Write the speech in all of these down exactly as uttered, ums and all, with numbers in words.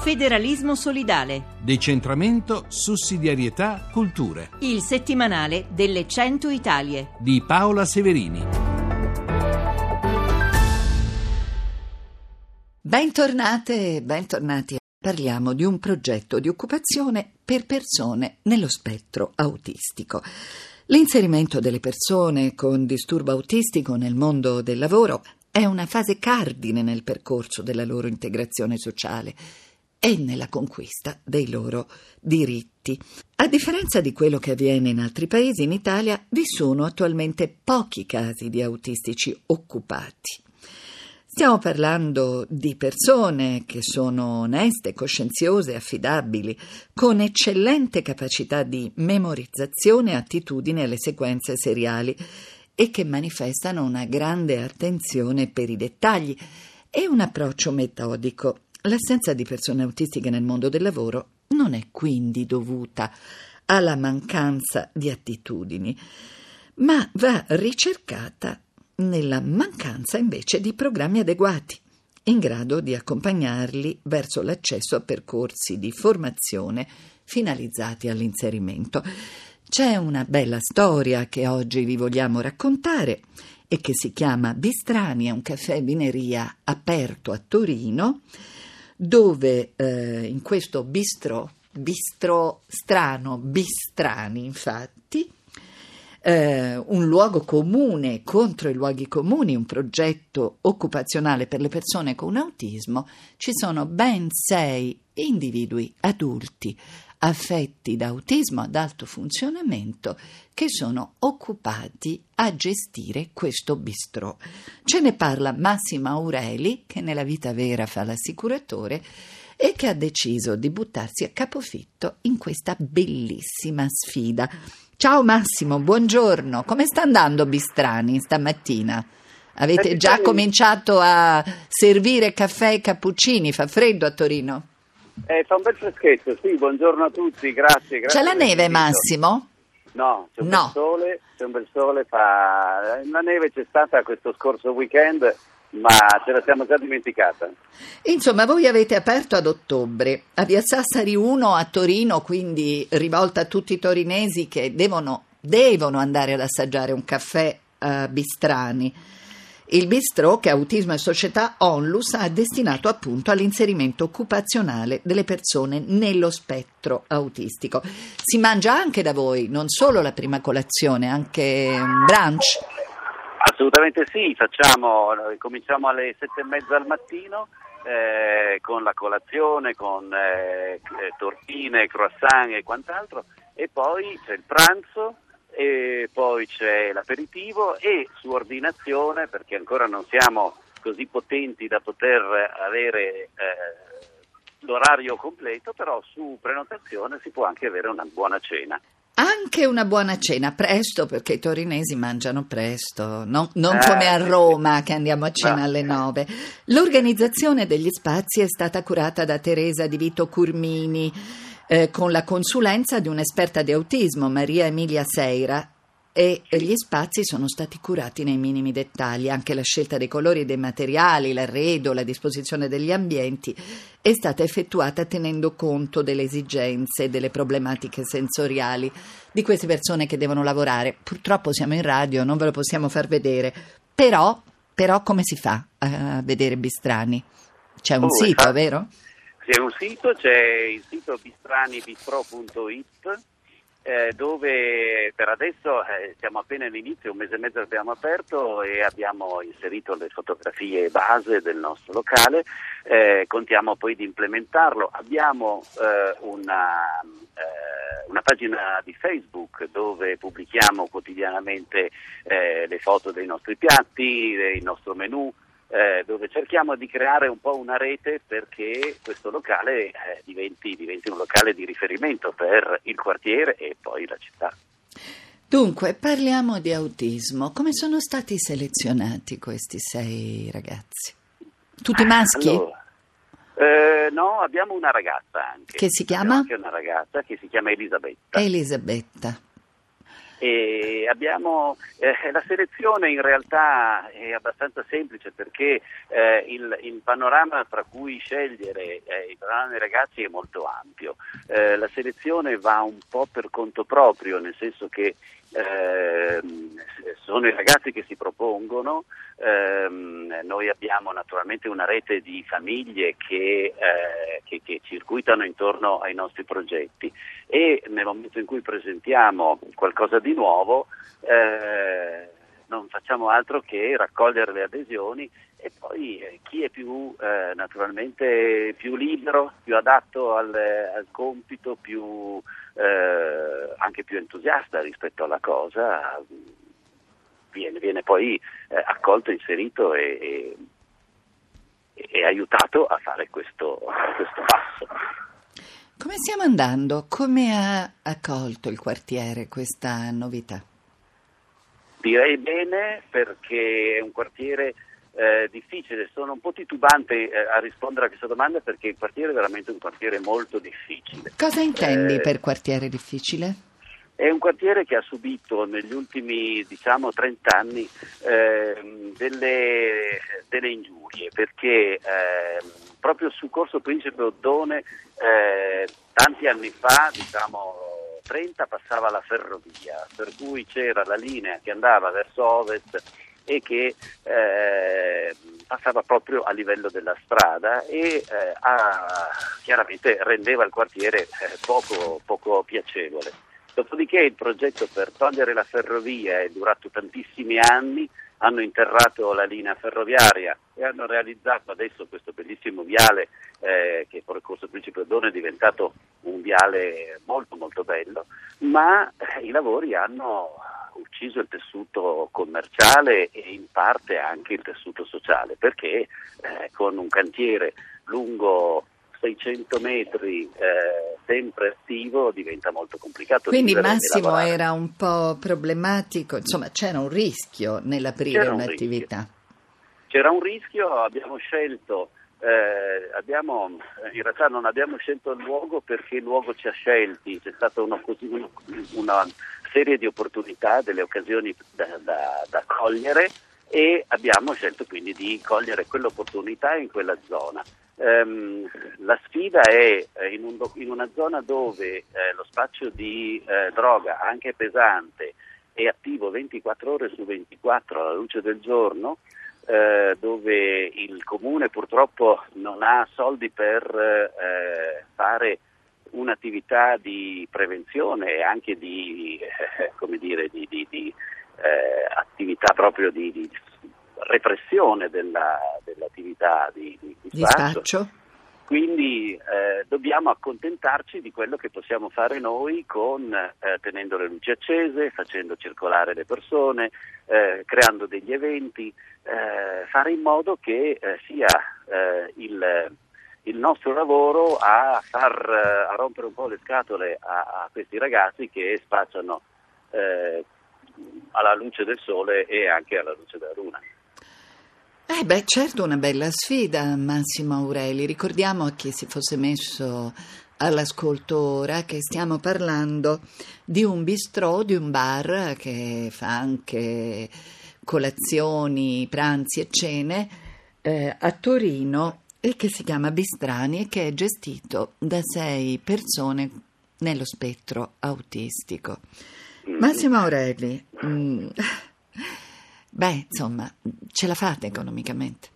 Federalismo solidale. Decentramento, sussidiarietà, culture. Il settimanale delle cento Italie Di Paola Severini. Bentornate e bentornati. Parliamo di un progetto di occupazione per persone nello spettro autistico. L'inserimento delle persone con disturbo autistico nel mondo del lavoro è una fase cardine nel percorso della loro integrazione sociale e nella conquista dei loro diritti. A differenza di quello che avviene in altri paesi, in Italia vi sono attualmente pochi casi di autistici occupati. Stiamo parlando di persone che sono oneste, coscienziose, affidabili, con eccellente capacità di memorizzazione e attitudine alle sequenze seriali e che manifestano una grande attenzione per i dettagli e un approccio metodico. L'assenza di persone autistiche nel mondo del lavoro non è quindi dovuta alla mancanza di attitudini, ma va ricercata nella mancanza invece di programmi adeguati, in grado di accompagnarli verso l'accesso a percorsi di formazione finalizzati all'inserimento. C'è una bella storia che oggi vi vogliamo raccontare e che si chiama Bistrani, è un caffè vineria aperto a Torino, dove eh, in questo bistro, bistro strano, Bistrani infatti, eh, un luogo comune contro i luoghi comuni, un progetto occupazionale per le persone con autismo, ci sono ben sei individui adulti affetti da autismo ad alto funzionamento che sono occupati a gestire questo bistrò. Ce ne parla Massimo Aureli, che nella vita vera fa l'assicuratore e che ha deciso di buttarsi a capofitto in questa bellissima sfida. Ciao Massimo, buongiorno. Come sta andando Bistrani stamattina? Avete già cominciato a servire caffè e cappuccini? Fa freddo a Torino? Eh, fa un bel freschetto, sì, buongiorno a tutti, grazie. grazie C'è la neve, Massimo? No, c'è un no. bel sole, c'è un bel sole, fa... la neve c'è stata questo scorso weekend, ma ce la siamo già dimenticata. Insomma, voi avete aperto ad ottobre, a Via Sassari uno a Torino, quindi rivolta a tutti i torinesi che devono, devono andare ad assaggiare un caffè a Bistrani. Il bistrò che Autismo e Società Onlus ha destinato appunto all'inserimento occupazionale delle persone nello spettro autistico. Si mangia anche da voi, non solo la prima colazione, anche un brunch? Assolutamente sì, facciamo, cominciamo alle sette e mezza al mattino eh, con la colazione, con eh, tortine, croissant e quant'altro, e poi c'è il pranzo. E poi c'è l'aperitivo e su ordinazione, perché ancora non siamo così potenti da poter avere eh, l'orario completo, però su prenotazione si può anche avere una buona cena. Anche una buona cena, presto, perché i torinesi mangiano presto, no? Non eh, come a Roma che andiamo a cena no. alle nove. L'organizzazione degli spazi è stata curata da Teresa Di Vito Curmini, Eh, con la consulenza di un'esperta di autismo, Maria Emilia Seira, e gli spazi sono stati curati nei minimi dettagli. Anche la scelta dei colori e dei materiali, l'arredo, la disposizione degli ambienti è stata effettuata tenendo conto delle esigenze e delle problematiche sensoriali di queste persone che devono lavorare. Purtroppo siamo in radio, non ve lo possiamo far vedere, però, però come si fa a vedere Bistrani? C'è un oh, sito, fa... vero? C'è un sito, c'è il sito bistrani bistro punto it eh, dove per adesso eh, siamo appena all'inizio, un mese e mezzo abbiamo aperto e abbiamo inserito le fotografie base del nostro locale, eh, contiamo poi di implementarlo. Abbiamo eh, una, eh, una pagina di Facebook dove pubblichiamo quotidianamente eh, le foto dei nostri piatti, del nostro menù, Eh, dove cerchiamo di creare un po' una rete perché questo locale eh, diventi, diventi un locale di riferimento per il quartiere e poi la città. Dunque, parliamo di autismo. Come sono stati selezionati questi sei ragazzi? Tutti maschi? Allora, eh, no, abbiamo una ragazza anche. Che si chiama? Abbiamo anche una ragazza che si chiama Elisabetta. Elisabetta. E abbiamo eh, la selezione in realtà è abbastanza semplice perché eh, il, il panorama tra cui scegliere eh, il panorama dei ragazzi è molto ampio. Eh, la selezione va un po' per conto proprio, nel senso che eh, sono i ragazzi che si propongono. Eh, noi abbiamo naturalmente una rete di famiglie che, eh, che, che circuitano intorno ai nostri progetti e nel momento in cui presentiamo qualcosa di nuovo eh, non facciamo altro che raccogliere le adesioni e poi eh, chi è più eh, naturalmente più libero, più adatto al, al compito, più eh, anche più entusiasta rispetto alla cosa viene, viene poi eh, accolto, inserito e, e, e aiutato a fare questo, questo passo. Come stiamo andando? Come ha accolto il quartiere questa novità? Direi bene, perché è un quartiere eh, difficile. Sono un po' titubante eh, a rispondere a questa domanda perché il quartiere è veramente un quartiere molto difficile. Cosa intendi Eh, per quartiere difficile? È un quartiere che ha subito negli ultimi, diciamo, trenta anni eh, delle, delle ingiurie, perché eh, proprio su Corso Principe Oddone eh, tanti anni fa, diciamo trenta, passava la ferrovia, per cui c'era la linea che andava verso ovest e che eh, passava proprio a livello della strada e eh, ha, chiaramente rendeva il quartiere eh, poco, poco piacevole. Dopodiché il progetto per togliere la ferrovia è durato tantissimi anni, hanno interrato la linea ferroviaria e hanno realizzato adesso questo bellissimo viale eh, che per il Corso Principe Oddone è diventato un viale molto molto bello, ma eh, i lavori hanno ucciso il tessuto commerciale e in parte anche il tessuto sociale, perché eh, con un cantiere lungo seicento metri eh, sempre attivo diventa molto complicato. Quindi vivere e Massimo lavorare. era un po' problematico, insomma c'era un rischio nell'aprire C'era un un'attività. rischio. C'era un rischio, abbiamo scelto, eh, abbiamo, in realtà non abbiamo scelto il luogo perché il luogo ci ha scelti, c'è stata una, così, una, una serie di opportunità, delle occasioni da, da, da cogliere e abbiamo scelto quindi di cogliere quell'opportunità in quella zona. Um, la sfida è eh, in, un, in una zona dove eh, lo spaccio di eh, droga, anche pesante, è attivo ventiquattro ore su ventiquattro alla luce del giorno, eh, dove il comune purtroppo non ha soldi per eh, fare un'attività di prevenzione e anche di, eh, come dire, di, di, di eh, attività proprio di, di repressione della, dell'attività di, di, di, Di spaccio. spaccio? Quindi eh, dobbiamo accontentarci di quello che possiamo fare noi con eh, tenendo le luci accese, facendo circolare le persone, eh, creando degli eventi, eh, fare in modo che eh, sia eh, il, il nostro lavoro a far a rompere un po' le scatole a, a questi ragazzi che spacciano eh, alla luce del sole e anche alla luce della luna. Eh beh, certo, una bella sfida, Massimo Aureli. Ricordiamo a chi si fosse messo all'ascolto ora che stiamo parlando di un bistrò, di un bar che fa anche colazioni, pranzi e cene eh, a Torino e che si chiama Bistrani e che è gestito da sei persone nello spettro autistico. Massimo Aureli, mm, beh, insomma, ce la fate economicamente?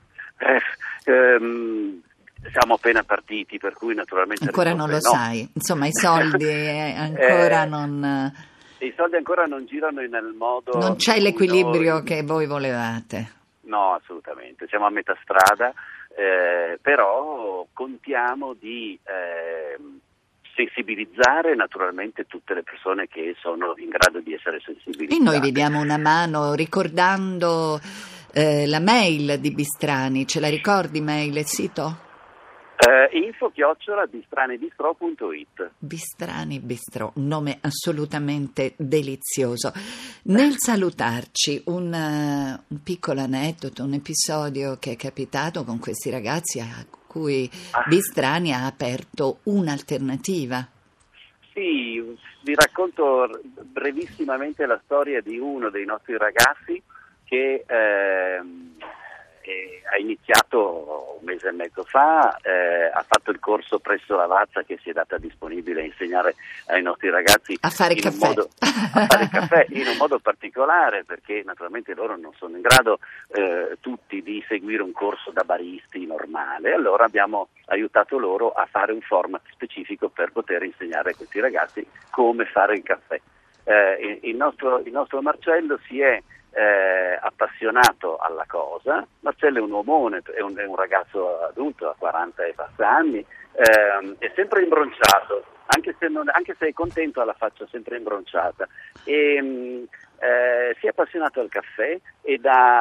Eh, ehm, siamo appena partiti, per cui naturalmente... Ancora non lo no. sai, insomma i soldi eh, ancora eh, non... I soldi ancora non girano nel modo... Non c'è l'equilibrio noi... che voi volevate. No, assolutamente, siamo a metà strada, eh, però contiamo di... Eh, sensibilizzare naturalmente tutte le persone che sono in grado di essere sensibilizzate. E noi vi diamo una mano ricordando eh, la mail di Bistrani, ce la ricordi mail e sito? Eh, info chiocciola bistranibistro punto it. Bistrani Bistrò, un nome assolutamente delizioso. Nel salutarci un, uh, un piccolo aneddoto, un episodio che è capitato con questi ragazzi a cui Bistrani ha aperto un'alternativa. Sì, vi racconto brevissimamente la storia di uno dei nostri ragazzi che ehm, eh, ha iniziato un mese e mezzo fa, eh, ha fatto il corso presso la Lavazza, che si è data disponibile a insegnare ai nostri ragazzi a fare in caffè. Un modo, a fare caffè in un modo particolare, perché naturalmente loro non sono in grado eh, tutti di seguire un corso da baristi normale. Allora abbiamo aiutato loro a fare un format specifico per poter insegnare a questi ragazzi come fare il caffè. Eh, il, nostro, il nostro Marcello si è Eh, appassionato alla cosa. Marcello è un uomone, è un, è un ragazzo adulto, ha quaranta e passa anni, ehm, è sempre imbronciato, anche se, non, anche se è contento ha la faccia sempre imbronciata, e mh, eh, si è appassionato al caffè e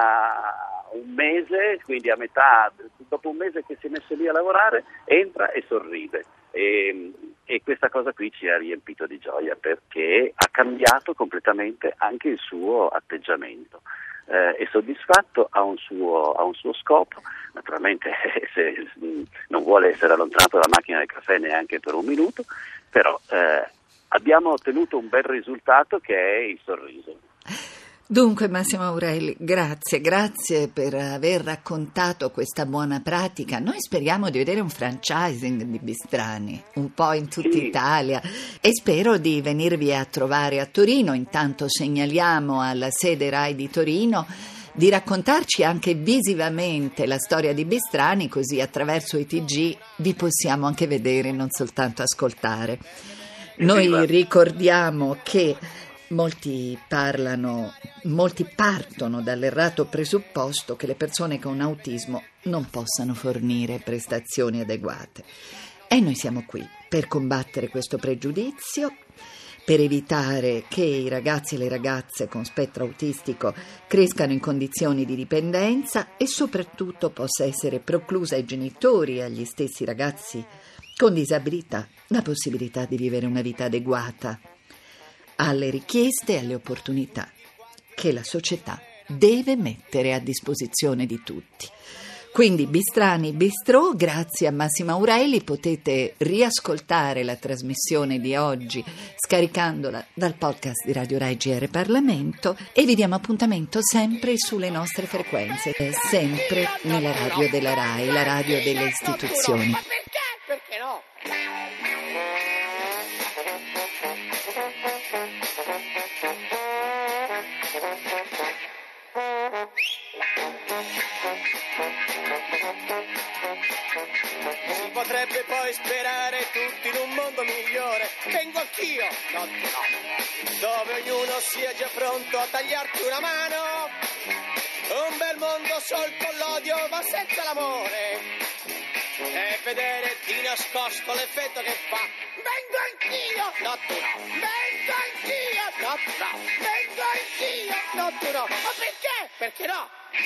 da un mese, quindi a metà, dopo un mese che si è messo lì a lavorare, entra e sorride. E, e questa cosa qui ci ha riempito di gioia, perché ha cambiato completamente anche il suo atteggiamento. Eh, è soddisfatto, ha un suo, ha un suo scopo, naturalmente se, non vuole essere allontanato dalla macchina del caffè neanche per un minuto, però eh, abbiamo ottenuto un bel risultato, che è il sorriso. Dunque Massimo Aureli, grazie, grazie per aver raccontato questa buona pratica. Noi speriamo di vedere un franchising di Bistrani, un po' in tutta Sì. Italia, e spero di venirvi a trovare a Torino. Intanto segnaliamo alla sede Rai di Torino di raccontarci anche visivamente la storia di Bistrani, così attraverso i T G vi possiamo anche vedere, non soltanto ascoltare. Noi Viva. ricordiamo che Molti parlano, molti partono dall'errato presupposto che le persone con autismo non possano fornire prestazioni adeguate. E noi siamo qui per combattere questo pregiudizio, per evitare che i ragazzi e le ragazze con spettro autistico crescano in condizioni di dipendenza e soprattutto possa essere preclusa ai genitori e agli stessi ragazzi con disabilità la possibilità di vivere una vita adeguata alle richieste e alle opportunità che la società deve mettere a disposizione di tutti. Quindi Bistrani Bistrò, grazie a Massimo Aureli, potete riascoltare la trasmissione di oggi scaricandola dal podcast di Radio Rai G R Parlamento, e vi diamo appuntamento sempre sulle nostre frequenze, sempre nella radio della Rai, la radio delle istituzioni. Ma perché? Perché no? Si potrebbe poi sperare tutti in un mondo migliore. Vengo anch'io, no, no, dove ognuno sia già pronto a tagliarti una mano. Un bel mondo sol con l'odio ma senza l'amore, e vedere di nascosto l'effetto che fa. Vengo anch'io, no tu no. Vengo anch'io, no tu no. Vengo anch'io, no tu no. Ma perché? Perché no?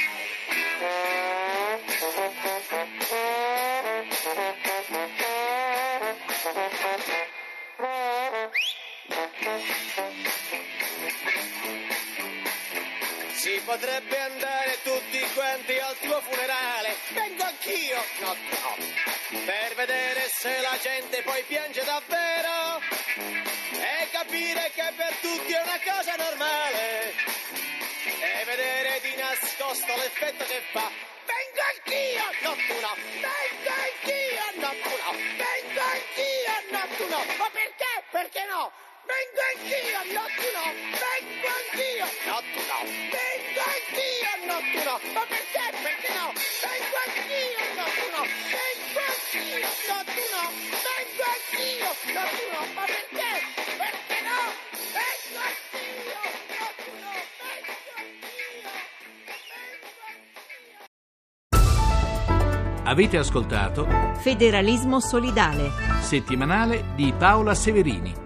Si potrebbe andare tutti quanti al tuo funerale. Vengo anch'io, no, no, per vedere se la gente poi piange davvero e capire che per tutti è una cosa normale, e vedere di nascosto l'effetto che fa. Vengo anch'io, no tu no. Vengo anch'io, no tu no. Vengo anch'io, no tu no. Ma perché? Perché no? Vengo anch'io, no tu no. Vengo anch'io, no tu no. Vengo anch'io, no tu no. Ma perché? Perché no? Vengo anch'io, no tu no. Vengo anch'io, no tu no. Vengo anch'io, no tu no. Ma perché? Perché no? Vengo anch'io, no tu no. Vengo anch'io. Avete ascoltato Federalismo solidale. Settimanale di Paola Severini.